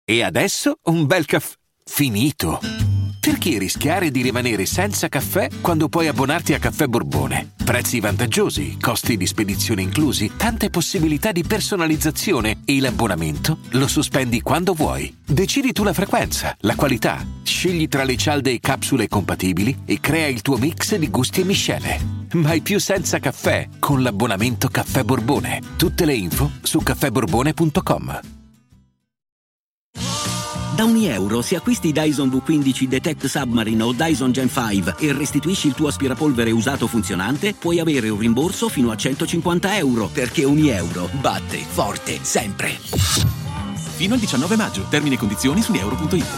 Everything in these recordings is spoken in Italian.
E adesso un bel caffè finito. Perché rischiare di rimanere senza caffè quando puoi abbonarti a Caffè Borbone? Prezzi vantaggiosi, costi di spedizione inclusi, tante possibilità di personalizzazione e l'abbonamento lo sospendi quando vuoi. Decidi tu la frequenza, la qualità, scegli tra le cialde e capsule compatibili e crea il tuo mix di gusti e miscele. Mai più senza caffè con l'abbonamento Caffè Borbone. Tutte le info su caffèborbone.com. Da €1 se acquisti Dyson V15 Detect Submarine o Dyson Gen 5 e restituisci il tuo aspirapolvere usato funzionante, puoi avere un rimborso fino a €150, perché €1 batte forte sempre. Fino al 19 maggio. Termini e condizioni su euro.it.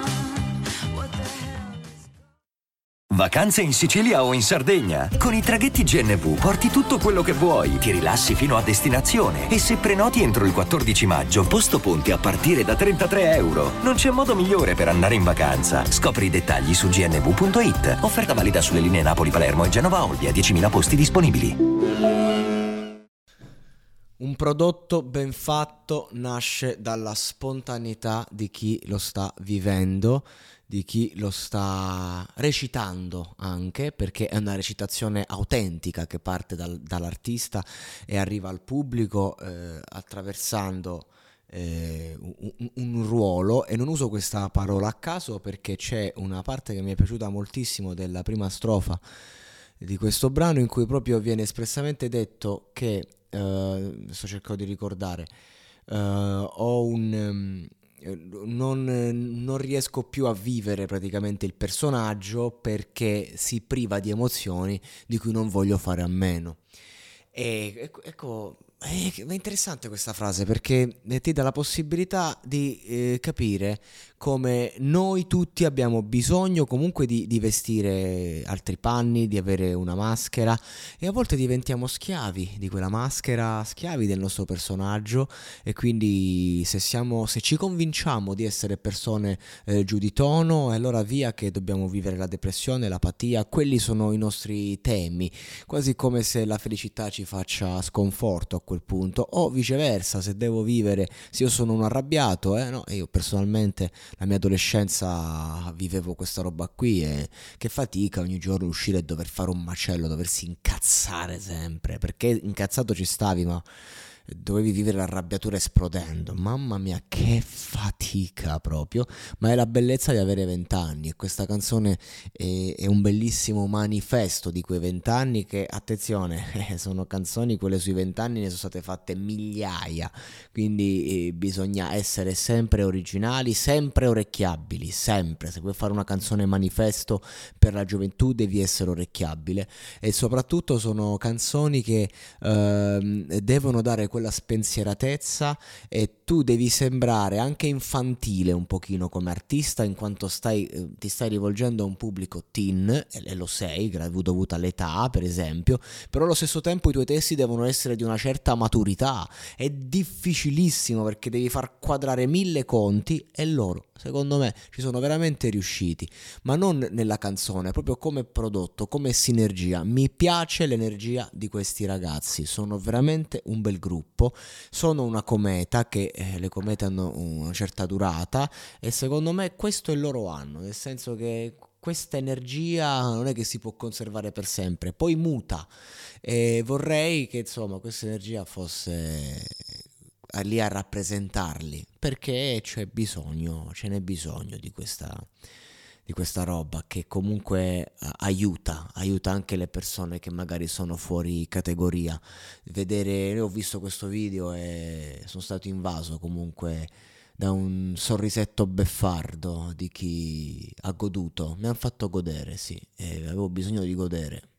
Vacanze in Sicilia o in Sardegna? Con i traghetti GNV porti tutto quello che vuoi, ti rilassi fino a destinazione e se prenoti entro il 14 maggio, posto ponti a partire da €33. Non c'è modo migliore per andare in vacanza. Scopri i dettagli su gnv.it. Offerta valida sulle linee Napoli-Palermo e Genova-Olbia, 10.000 posti disponibili. Un prodotto ben fatto nasce dalla spontaneità di chi lo sta vivendo, di chi lo sta recitando anche, perché è una recitazione autentica che parte dall'artista e arriva al pubblico attraversando un ruolo. E non uso questa parola a caso perché c'è una parte che mi è piaciuta moltissimo della prima strofa di questo brano in cui proprio viene espressamente detto che sto cercando di ricordare non riesco più a vivere praticamente il personaggio perché si priva di emozioni di cui non voglio fare a meno. E ecco, è interessante questa frase perché ti dà la possibilità di capire come noi tutti abbiamo bisogno comunque di vestire altri panni, di avere una maschera, e a volte diventiamo schiavi di quella maschera, schiavi del nostro personaggio, e quindi se ci convinciamo di essere persone giù di tono, allora via che dobbiamo vivere la depressione, l'apatia. Quelli sono i nostri temi, quasi come se la felicità ci faccia sconforto a quel punto, o viceversa, se io sono un arrabbiato, no, io personalmente la mia adolescenza vivevo questa roba qui, e che fatica ogni giorno uscire e dover fare un macello, doversi incazzare sempre, perché incazzato ci stavi ma dovevi vivere l'arrabbiatura esplodendo. Mamma mia, che fatica proprio, ma è la bellezza di avere 20 anni, e questa canzone è un bellissimo manifesto di quei 20 anni che, attenzione, sono canzoni, quelle sui 20 anni ne sono state fatte migliaia, quindi bisogna essere sempre originali, sempre orecchiabili, sempre. Se vuoi fare una canzone manifesto per la gioventù devi essere orecchiabile, e soprattutto sono canzoni che devono dare quella spensieratezza, e tu devi sembrare anche infantile un pochino come artista, in quanto ti stai rivolgendo a un pubblico teen, e lo sei, dovuta all'età per esempio, però allo stesso tempo i tuoi testi devono essere di una certa maturità. È difficilissimo perché devi far quadrare 1000 conti, e loro, secondo me, ci sono veramente riusciti, ma non nella canzone, proprio come prodotto, come sinergia. Mi piace l'energia di questi ragazzi, sono veramente un bel gruppo. Sono una cometa, che le comete hanno una certa durata, e secondo me questo è il loro anno, nel senso che questa energia non è che si può conservare per sempre, poi muta, e vorrei che insomma questa energia fosse lì a rappresentarli, perché ce n'è bisogno di questa roba che comunque aiuta anche le persone che magari sono fuori categoria. Io ho visto questo video e sono stato invaso comunque da un sorrisetto beffardo di chi ha goduto. Mi hanno fatto godere, sì, e avevo bisogno di godere.